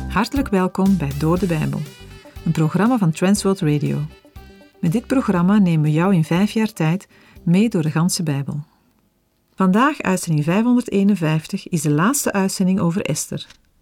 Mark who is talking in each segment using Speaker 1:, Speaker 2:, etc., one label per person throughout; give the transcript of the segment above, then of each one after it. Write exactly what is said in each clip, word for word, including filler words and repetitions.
Speaker 1: Hartelijk welkom bij Door de Bijbel, een programma van Transworld Radio. Met dit programma nemen we jou in vijf jaar tijd mee door de ganse Bijbel. Vandaag, uitzending vijfhonderdeenenvijftig, is de laatste uitzending over Esther.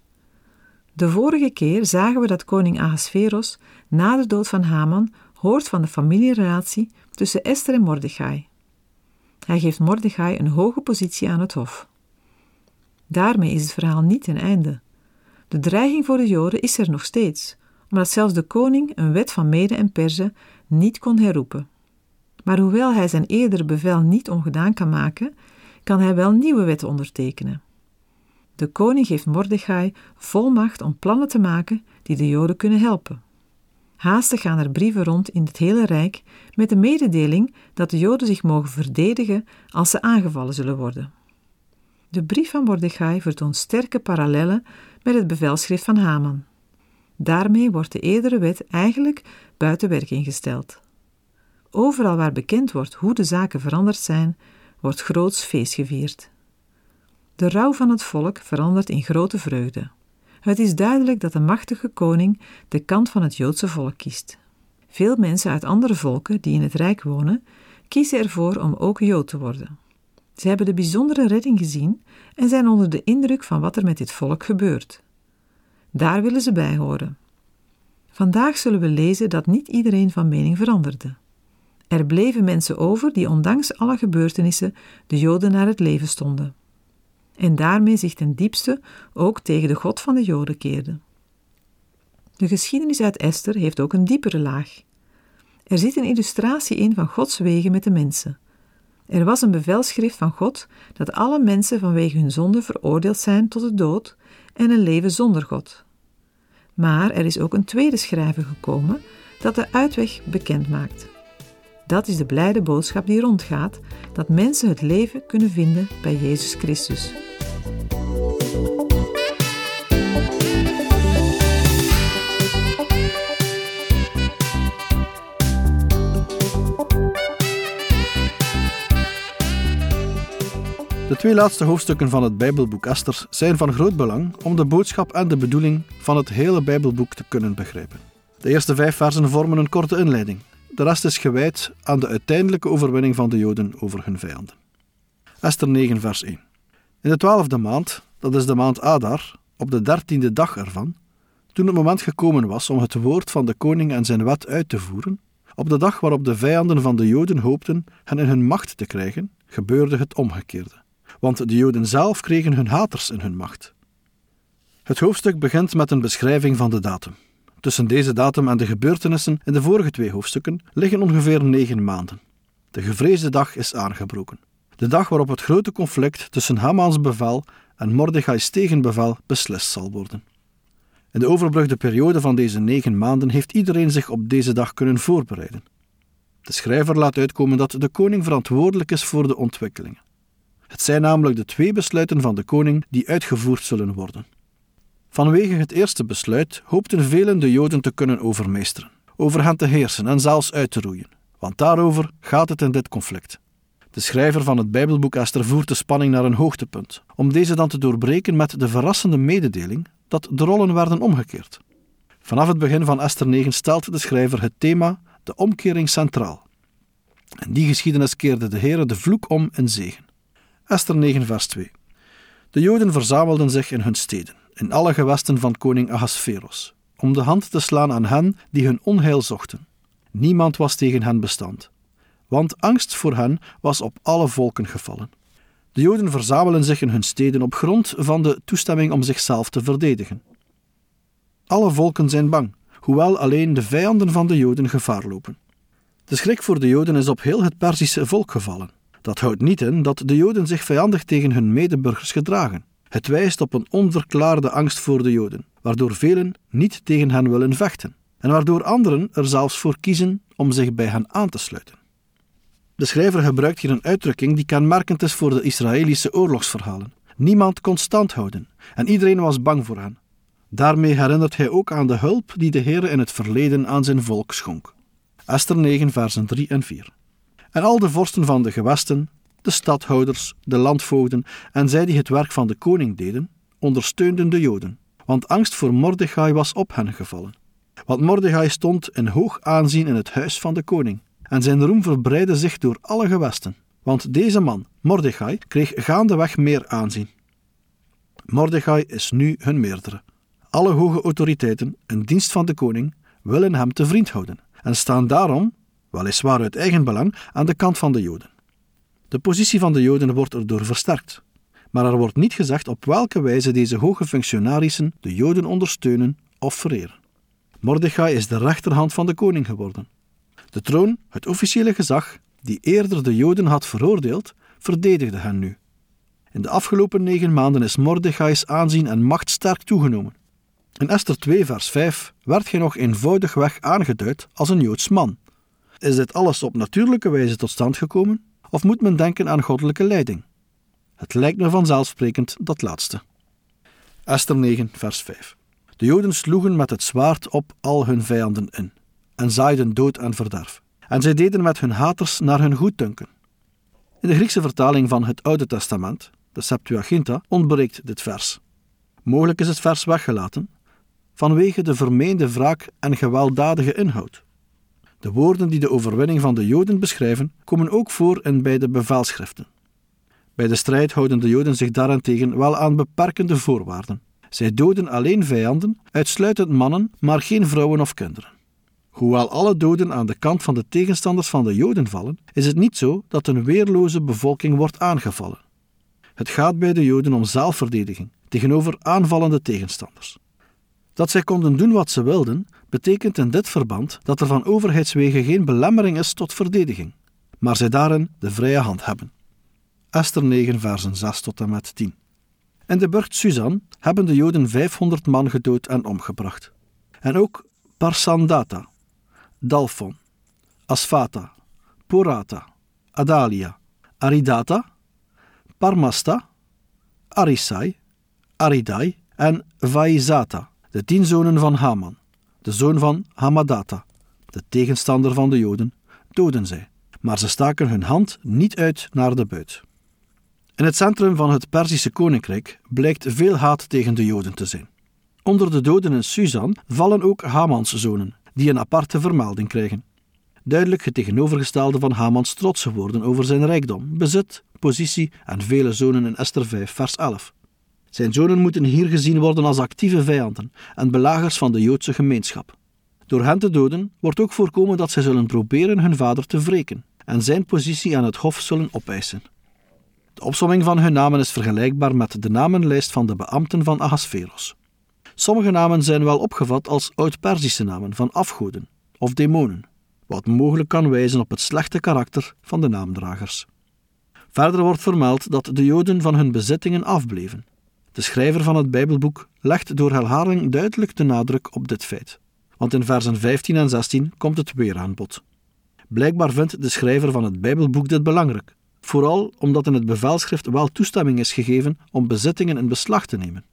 Speaker 1: De vorige keer zagen we dat koning Ahasveros na de dood van Haman hoort van de familierelatie tussen Esther en Mordechai. Hij geeft Mordechai een hoge positie aan het hof. Daarmee is het verhaal niet ten einde. De dreiging voor de Joden is er nog steeds, omdat zelfs de koning een wet van Mede en Perze niet kon herroepen. Maar hoewel hij zijn eerdere bevel niet ongedaan kan maken, kan hij wel nieuwe wetten ondertekenen. De koning geeft Mordechai volmacht om plannen te maken die de Joden kunnen helpen. Haastig gaan er brieven rond in het hele Rijk met de mededeling dat de Joden zich mogen verdedigen als ze aangevallen zullen worden. De brief van Mordechai vertoont sterke parallellen met het bevelschrift van Haman. Daarmee wordt de eerdere wet eigenlijk buiten werking gesteld. Overal waar bekend wordt hoe de zaken veranderd zijn, wordt groots feest gevierd. De rouw van het volk verandert in grote vreugde. Het is duidelijk dat de machtige koning de kant van het Joodse volk kiest. Veel mensen uit andere volken die in het Rijk wonen, kiezen ervoor om ook Jood te worden. Ze hebben de bijzondere redding gezien en zijn onder de indruk van wat er met dit volk gebeurt. Daar willen ze bij horen. Vandaag zullen we lezen dat niet iedereen van mening veranderde. Er bleven mensen over die ondanks alle gebeurtenissen de Joden naar het leven stonden. En daarmee zich ten diepste ook tegen de God van de Joden keerden. De geschiedenis uit Esther heeft ook een diepere laag. Er zit een illustratie in van Gods wegen met de mensen. Er was een bevelschrift van God dat alle mensen vanwege hun zonde veroordeeld zijn tot de dood en een leven zonder God. Maar er is ook een tweede schrijver gekomen dat de uitweg bekend maakt. Dat is de blijde boodschap die rondgaat, dat mensen het leven kunnen vinden bij Jezus Christus.
Speaker 2: De twee laatste hoofdstukken van het Bijbelboek Esther zijn van groot belang om de boodschap en de bedoeling van het hele Bijbelboek te kunnen begrijpen. De eerste vijf versen vormen een korte inleiding. De rest is gewijd aan de uiteindelijke overwinning van de Joden over hun vijanden. Esther negen vers één. In de twaalfde maand, dat is de maand Adar, op de dertiende dag ervan, toen het moment gekomen was om het woord van de koning en zijn wet uit te voeren, op de dag waarop de vijanden van de Joden hoopten hen in hun macht te krijgen, gebeurde het omgekeerde. Want de Joden zelf kregen hun haters in hun macht. Het hoofdstuk begint met een beschrijving van de datum. Tussen deze datum en de gebeurtenissen in de vorige twee hoofdstukken liggen ongeveer negen maanden. De gevreesde dag is aangebroken. De dag waarop het grote conflict tussen Hamans bevel en Mordechai's tegenbevel beslist zal worden. In de overbrugde periode van deze negen maanden heeft iedereen zich op deze dag kunnen voorbereiden. De schrijver laat uitkomen dat de koning verantwoordelijk is voor de ontwikkelingen. Het zijn namelijk de twee besluiten van de koning die uitgevoerd zullen worden. Vanwege het eerste besluit hoopten velen de Joden te kunnen overmeesteren, over hen te heersen en zelfs uit te roeien, want daarover gaat het in dit conflict. De schrijver van het Bijbelboek Esther voert de spanning naar een hoogtepunt, om deze dan te doorbreken met de verrassende mededeling dat de rollen werden omgekeerd. Vanaf het begin van Esther negen stelt de schrijver het thema, de omkering, centraal. In die geschiedenis keerde de Heere de vloek om in zegen. Esther negen vers twee. De Joden verzamelden zich in hun steden, in alle gewesten van koning Ahasveros, om de hand te slaan aan hen die hun onheil zochten. Niemand was tegen hen bestand, want angst voor hen was op alle volken gevallen. De Joden verzamelen zich in hun steden op grond van de toestemming om zichzelf te verdedigen. Alle volken zijn bang, hoewel alleen de vijanden van de Joden gevaar lopen. De schrik voor de Joden is op heel het Perzische volk gevallen. Dat houdt niet in dat de Joden zich vijandig tegen hun medeburgers gedragen. Het wijst op een onverklaarde angst voor de Joden, waardoor velen niet tegen hen willen vechten en waardoor anderen er zelfs voor kiezen om zich bij hen aan te sluiten. De schrijver gebruikt hier een uitdrukking die kenmerkend is voor de Israëlische oorlogsverhalen. Niemand kon stand houden en iedereen was bang voor hen. Daarmee herinnert hij ook aan de hulp die de Heere in het verleden aan zijn volk schonk. Esther negen versen drie en vier. En al de vorsten van de gewesten, de stadhouders, de landvoogden en zij die het werk van de koning deden, ondersteunden de Joden, want angst voor Mordechai was op hen gevallen. Want Mordechai stond in hoog aanzien in het huis van de koning, en zijn roem verbreidde zich door alle gewesten, want deze man, Mordechai, kreeg gaandeweg meer aanzien. Mordechai is nu hun meerdere. Alle hoge autoriteiten in dienst van de koning willen hem te vriend houden en staan daarom, weliswaar uit eigen belang, aan de kant van de Joden. De positie van de Joden wordt erdoor versterkt, maar er wordt niet gezegd op welke wijze deze hoge functionarissen de Joden ondersteunen of vereren. Mordechai is de rechterhand van de koning geworden. De troon, het officiële gezag, die eerder de Joden had veroordeeld, verdedigde hen nu. In de afgelopen negen maanden is Mordechai's aanzien en macht sterk toegenomen. In Esther twee vers vijf werd hij nog eenvoudigweg aangeduid als een Joods man. Is dit alles op natuurlijke wijze tot stand gekomen, of moet men denken aan goddelijke leiding? Het lijkt me vanzelfsprekend dat laatste. Esther negen vers vijf. De Joden sloegen met het zwaard op al hun vijanden in, en zaaiden dood en verderf. En zij deden met hun haters naar hun goeddunken. In de Griekse vertaling van het Oude Testament, de Septuaginta, ontbreekt dit vers. Mogelijk is het vers weggelaten, vanwege de vermeende wraak en gewelddadige inhoud. De woorden die de overwinning van de Joden beschrijven, komen ook voor in beide bevelschriften. Bij de strijd houden de Joden zich daarentegen wel aan beperkende voorwaarden. Zij doden alleen vijanden, uitsluitend mannen, maar geen vrouwen of kinderen. Hoewel alle doden aan de kant van de tegenstanders van de Joden vallen, is het niet zo dat een weerloze bevolking wordt aangevallen. Het gaat bij de Joden om zelfverdediging tegenover aanvallende tegenstanders. Dat zij konden doen wat ze wilden, betekent in dit verband dat er van overheidswege geen belemmering is tot verdediging, maar zij daarin de vrije hand hebben. Esther negen versen zes tot en met tien. In de burcht Susan hebben de Joden vijfhonderd man gedood en omgebracht. En ook Parsandata, Dalfon, Asfata, Porata, Adalia, Aridata, Parmasta, Arisai, Aridai en Vaizata, de tien zonen van Haman, de zoon van Hamadata, de tegenstander van de Joden, doden zij, maar ze staken hun hand niet uit naar de buit. In het centrum van het Perzische koninkrijk blijkt veel haat tegen de Joden te zijn. Onder de doden in Susan vallen ook Hamans zonen, die een aparte vermelding krijgen. Duidelijk het tegenovergestelde van Hamans trotse woorden over zijn rijkdom, bezit, positie en vele zonen in Esther vijf vers elf. Zijn zonen moeten hier gezien worden als actieve vijanden en belagers van de Joodse gemeenschap. Door hen te doden wordt ook voorkomen dat zij zullen proberen hun vader te wreken en zijn positie aan het hof zullen opeisen. De opsomming van hun namen is vergelijkbaar met de namenlijst van de beambten van Ahasveros. Sommige namen zijn wel opgevat als oud-Perzische namen van afgoden of demonen, wat mogelijk kan wijzen op het slechte karakter van de naamdragers. Verder wordt vermeld dat de Joden van hun bezittingen afbleven. De schrijver van het Bijbelboek legt door herhaling duidelijk de nadruk op dit feit, want in versen vijftien en zestien komt het weer aan bod. Blijkbaar vindt de schrijver van het Bijbelboek dit belangrijk, vooral omdat in het bevelschrift wel toestemming is gegeven om bezittingen in beslag te nemen.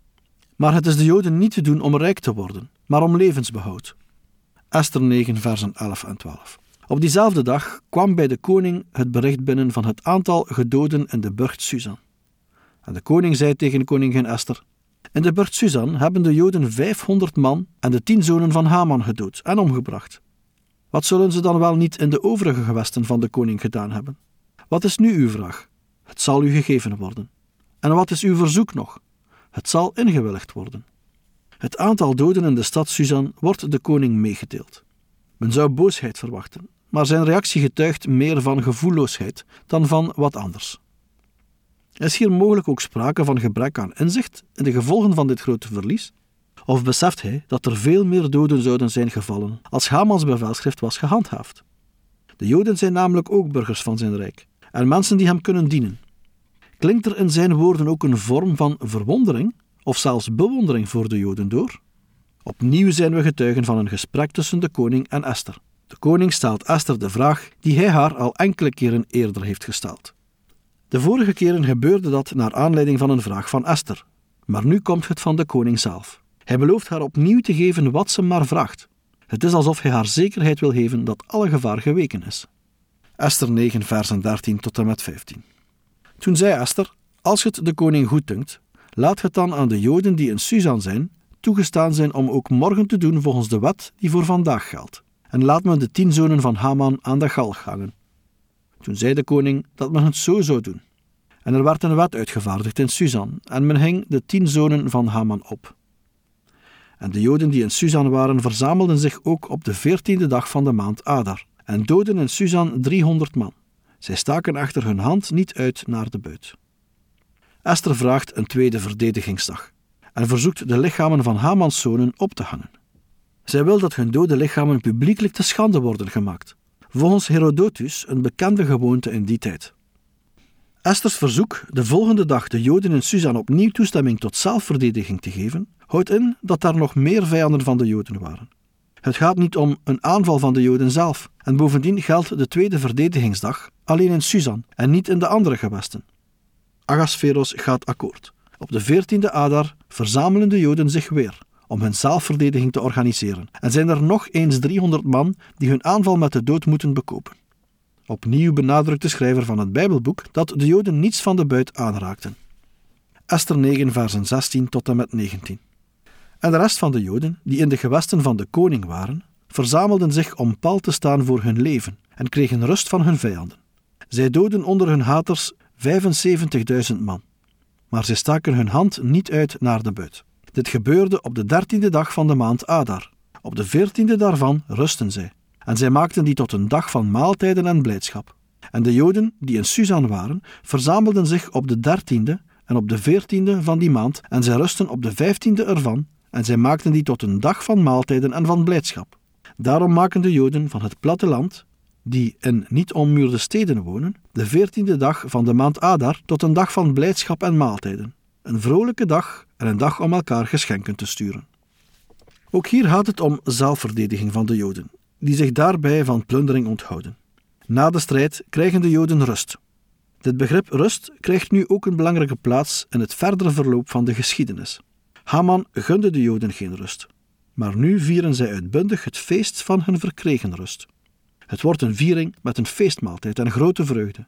Speaker 2: Maar het is de Joden niet te doen om rijk te worden, maar om levensbehoud. Esther negen versen elf en twaalf. Op diezelfde dag kwam bij de koning het bericht binnen van het aantal gedoden in de burcht Susan. En de koning zei tegen koningin Esther: in de burcht Susan hebben de Joden vijfhonderd man en de tien zonen van Haman gedood en omgebracht. Wat zullen ze dan wel niet in de overige gewesten van de koning gedaan hebben? Wat is nu uw vraag? Het zal u gegeven worden. En wat is uw verzoek nog? Het zal ingewilligd worden. Het aantal doden in de stad Susan wordt de koning meegedeeld. Men zou boosheid verwachten, maar zijn reactie getuigt meer van gevoelloosheid dan van wat anders. Is hier mogelijk ook sprake van gebrek aan inzicht in de gevolgen van dit grote verlies? Of beseft hij dat er veel meer doden zouden zijn gevallen als Hamans bevelschrift was gehandhaafd? De Joden zijn namelijk ook burgers van zijn rijk en mensen die hem kunnen dienen. Klinkt er in zijn woorden ook een vorm van verwondering of zelfs bewondering voor de Joden door? Opnieuw zijn we getuigen van een gesprek tussen de koning en Esther. De koning stelt Esther de vraag die hij haar al enkele keren eerder heeft gesteld. De vorige keren gebeurde dat naar aanleiding van een vraag van Esther, maar nu komt het van de koning zelf. Hij belooft haar opnieuw te geven wat ze maar vraagt. Het is alsof hij haar zekerheid wil geven dat alle gevaar geweken is. Esther negen versen dertien tot en met vijftien. Toen zei Esther: als het de koning goeddunkt, laat het dan aan de Joden die in Susan zijn, toegestaan zijn om ook morgen te doen volgens de wet die voor vandaag geldt. En laat men de tien zonen van Haman aan de galg hangen. Toen zei de koning dat men het zo zou doen. En er werd een wet uitgevaardigd in Susan, en men hing de tien zonen van Haman op. En de Joden die in Susan waren, verzamelden zich ook op de veertiende dag van de maand Adar, en doodden in Susan driehonderd man. Zij staken echter hun hand niet uit naar de buit. Esther vraagt een tweede verdedigingsdag, en verzoekt de lichamen van Hamans zonen op te hangen. Zij wil dat hun dode lichamen publiekelijk te schande worden gemaakt, volgens Herodotus een bekende gewoonte in die tijd. Esters verzoek de volgende dag de Joden in Susan opnieuw toestemming tot zelfverdediging te geven, houdt in dat daar nog meer vijanden van de Joden waren. Het gaat niet om een aanval van de Joden zelf, en bovendien geldt de tweede verdedigingsdag alleen in Susan en niet in de andere gewesten. Ahasveros gaat akkoord. Op de veertiende Adar verzamelen de Joden zich weer om hun zelfverdediging te organiseren en zijn er nog eens driehonderd man die hun aanval met de dood moeten bekopen. Opnieuw benadrukt de schrijver van het Bijbelboek dat de Joden niets van de buit aanraakten. Esther negen, versen zestien tot en met negentien. En de rest van de Joden, die in de gewesten van de koning waren, verzamelden zich om pal te staan voor hun leven en kregen rust van hun vijanden. Zij doodden onder hun haters vijfenzeventigduizend man, maar zij staken hun hand niet uit naar de buit. Dit gebeurde op de dertiende dag van de maand Adar. Op de veertiende daarvan rusten zij. En zij maakten die tot een dag van maaltijden en blijdschap. En de Joden, die in Susan waren, verzamelden zich op de dertiende en op de veertiende van die maand, en zij rusten op de vijftiende ervan, en zij maakten die tot een dag van maaltijden en van blijdschap. Daarom maken de Joden van het platteland, die in niet ommuurde steden wonen, de veertiende dag van de maand Adar tot een dag van blijdschap en maaltijden. Een vrolijke dag en een dag om elkaar geschenken te sturen. Ook hier gaat het om zelfverdediging van de Joden, die zich daarbij van plundering onthouden. Na de strijd krijgen de Joden rust. Dit begrip rust krijgt nu ook een belangrijke plaats in het verdere verloop van de geschiedenis. Haman gunde de Joden geen rust, maar nu vieren zij uitbundig het feest van hun verkregen rust. Het wordt een viering met een feestmaaltijd en grote vreugde.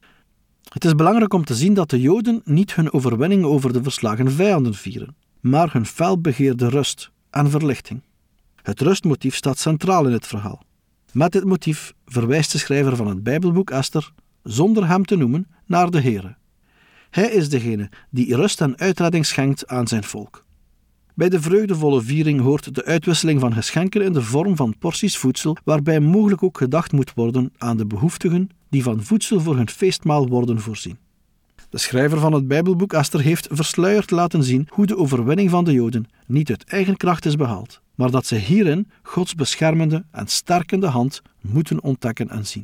Speaker 2: Het is belangrijk om te zien dat de Joden niet hun overwinning over de verslagen vijanden vieren, maar hun felbegeerde rust en verlichting. Het rustmotief staat centraal in het verhaal. Met dit motief verwijst de schrijver van het Bijbelboek Esther, zonder hem te noemen, naar de Heere. Hij is degene die rust en uitredding schenkt aan zijn volk. Bij de vreugdevolle viering hoort de uitwisseling van geschenken in de vorm van porties voedsel, waarbij mogelijk ook gedacht moet worden aan de behoeftigen die van voedsel voor hun feestmaal worden voorzien. De schrijver van het Bijbelboek Esther heeft versluierd laten zien hoe de overwinning van de Joden niet uit eigen kracht is behaald, maar dat zij hierin Gods beschermende en sterkende hand moeten ontdekken en zien.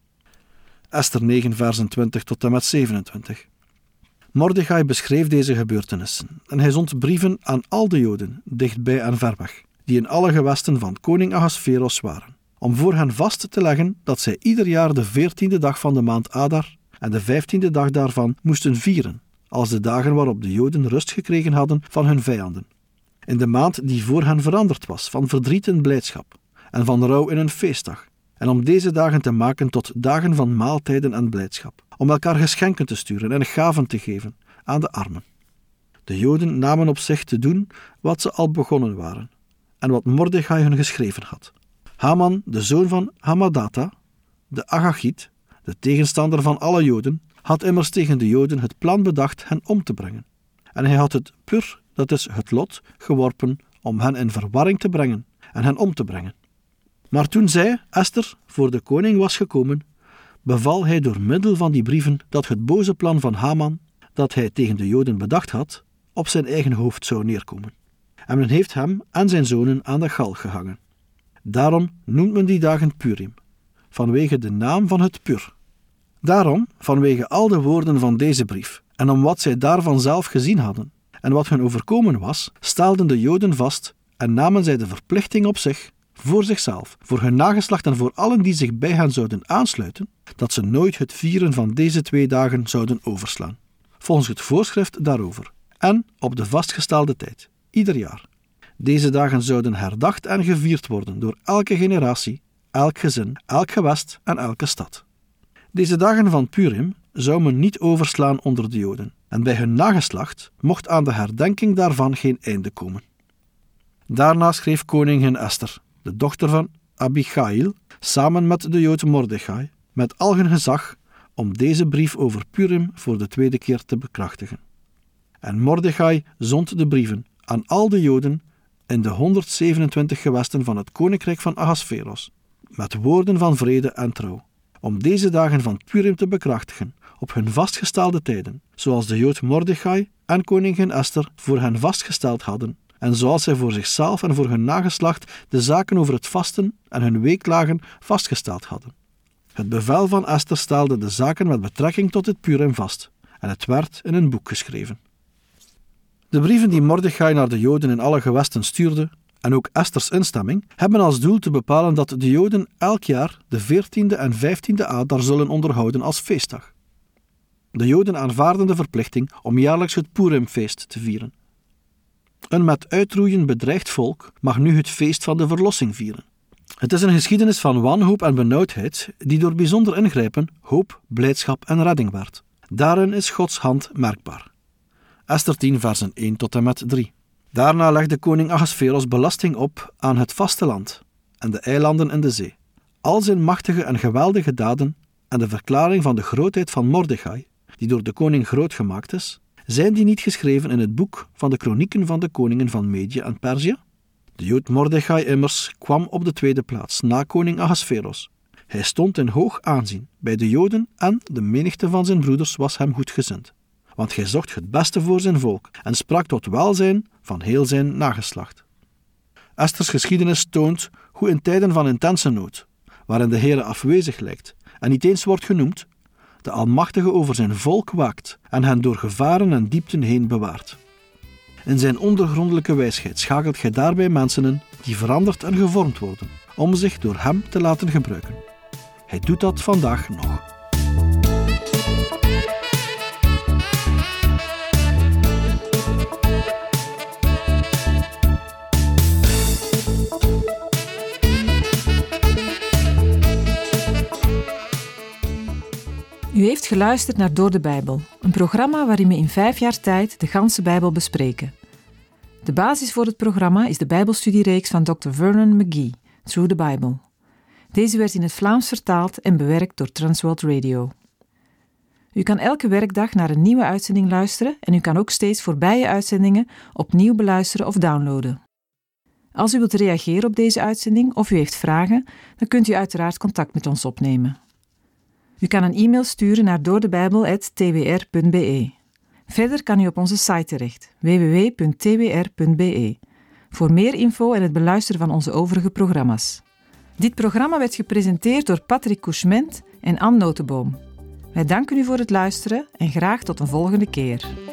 Speaker 2: Esther negen, versen twintig tot en met zevenentwintig. Mordechai beschreef deze gebeurtenissen en hij zond brieven aan al de Joden, dichtbij en ver weg, die in alle gewesten van koning Ahasveros waren, om voor hen vast te leggen dat zij ieder jaar de veertiende dag van de maand Adar en de vijftiende dag daarvan moesten vieren, als de dagen waarop de Joden rust gekregen hadden van hun vijanden. In de maand die voor hen veranderd was van verdriet in blijdschap en van rouw in een feestdag, en om deze dagen te maken tot dagen van maaltijden en blijdschap, om elkaar geschenken te sturen en gaven te geven aan de armen. De Joden namen op zich te doen wat ze al begonnen waren, en wat Mordechai hun geschreven had. Haman, de zoon van Hamadata, de Agagiet, de tegenstander van alle Joden, had immers tegen de Joden het plan bedacht hen om te brengen. En hij had het pur, dat is het lot, geworpen om hen in verwarring te brengen en hen om te brengen. Maar toen zij, Esther, voor de koning was gekomen, beval hij door middel van die brieven dat het boze plan van Haman, dat hij tegen de Joden bedacht had, op zijn eigen hoofd zou neerkomen. En men heeft hem en zijn zonen aan de galg gehangen. Daarom noemt men die dagen Purim, vanwege de naam van het Pur. Daarom, vanwege al de woorden van deze brief, en om wat zij daarvan zelf gezien hadden, en wat hun overkomen was, staalden de Joden vast en namen zij de verplichting op zich, voor zichzelf, voor hun nageslacht en voor allen die zich bij hen zouden aansluiten, dat ze nooit het vieren van deze twee dagen zouden overslaan, volgens het voorschrift daarover, en op de vastgestelde tijd, ieder jaar. Deze dagen zouden herdacht en gevierd worden door elke generatie, elk gezin, elk gewest en elke stad. Deze dagen van Purim zou men niet overslaan onder de Joden, en bij hun nageslacht mocht aan de herdenking daarvan geen einde komen. Daarna schreef koningin Esther, de dochter van Abigail, samen met de Jood Mordechai, met al hun gezag, om deze brief over Purim voor de tweede keer te bekrachtigen. En Mordechai zond de brieven aan al de Joden in de honderdzevenentwintig gewesten van het koninkrijk van Ahasveros, met woorden van vrede en trouw, om deze dagen van Purim te bekrachtigen op hun vastgestelde tijden, zoals de Jood Mordechai en koningin Esther voor hen vastgesteld hadden, en zoals zij voor zichzelf en voor hun nageslacht de zaken over het vasten en hun weeklagen vastgesteld hadden. Het bevel van Esther stelde de zaken met betrekking tot het Purim vast, en het werd in een boek geschreven. De brieven die Mordechai naar de Joden in alle gewesten stuurde, en ook Esters instemming, hebben als doel te bepalen dat de Joden elk jaar de veertiende en vijftiende Adar zullen onderhouden als feestdag. De Joden aanvaarden de verplichting om jaarlijks het Purimfeest te vieren. Een met uitroeien bedreigd volk mag nu het feest van de verlossing vieren. Het is een geschiedenis van wanhoop en benauwdheid die door bijzonder ingrijpen hoop, blijdschap en redding werd. Daarin is Gods hand merkbaar. Esther tien versen één tot en met drie. Daarna legde koning Ahasveros belasting op aan het vasteland en de eilanden in de zee. Al zijn machtige en geweldige daden en de verklaring van de grootheid van Mordechai, die door de koning groot gemaakt is, zijn die niet geschreven in het boek van de kronieken van de koningen van Medië en Perzië? De Jood Mordechai immers kwam op de tweede plaats na koning Ahasveros. Hij stond in hoog aanzien bij de Joden en de menigte van zijn broeders was hem goedgezind. Want hij zocht het beste voor zijn volk en sprak tot welzijn van heel zijn nageslacht. Esters geschiedenis toont hoe in tijden van intense nood, waarin de Heere afwezig lijkt en niet eens wordt genoemd, de Almachtige over zijn volk waakt en hen door gevaren en diepten heen bewaart. In zijn ondergrondelijke wijsheid schakelt hij daarbij mensen in die veranderd en gevormd worden, om zich door hem te laten gebruiken. Hij doet dat vandaag nog.
Speaker 1: U heeft geluisterd naar Door de Bijbel, een programma waarin we in vijf jaar tijd de ganse Bijbel bespreken. De basis voor het programma is de Bijbelstudiereeks van dokter Vernon McGee, Through the Bible. Deze werd in het Vlaams vertaald en bewerkt door Transworld Radio. U kan elke werkdag naar een nieuwe uitzending luisteren en u kan ook steeds voorbije uitzendingen opnieuw beluisteren of downloaden. Als u wilt reageren op deze uitzending of u heeft vragen, dan kunt u uiteraard contact met ons opnemen. U kan een e-mail sturen naar doordebijbel apenstaartje t w r punt b e. Verder kan u op onze site terecht, w w w punt t w r punt b e, voor meer info en het beluisteren van onze overige programma's. Dit programma werd gepresenteerd door Patrick Couchement en Anne Notenboom. Wij danken u voor het luisteren en graag tot een volgende keer.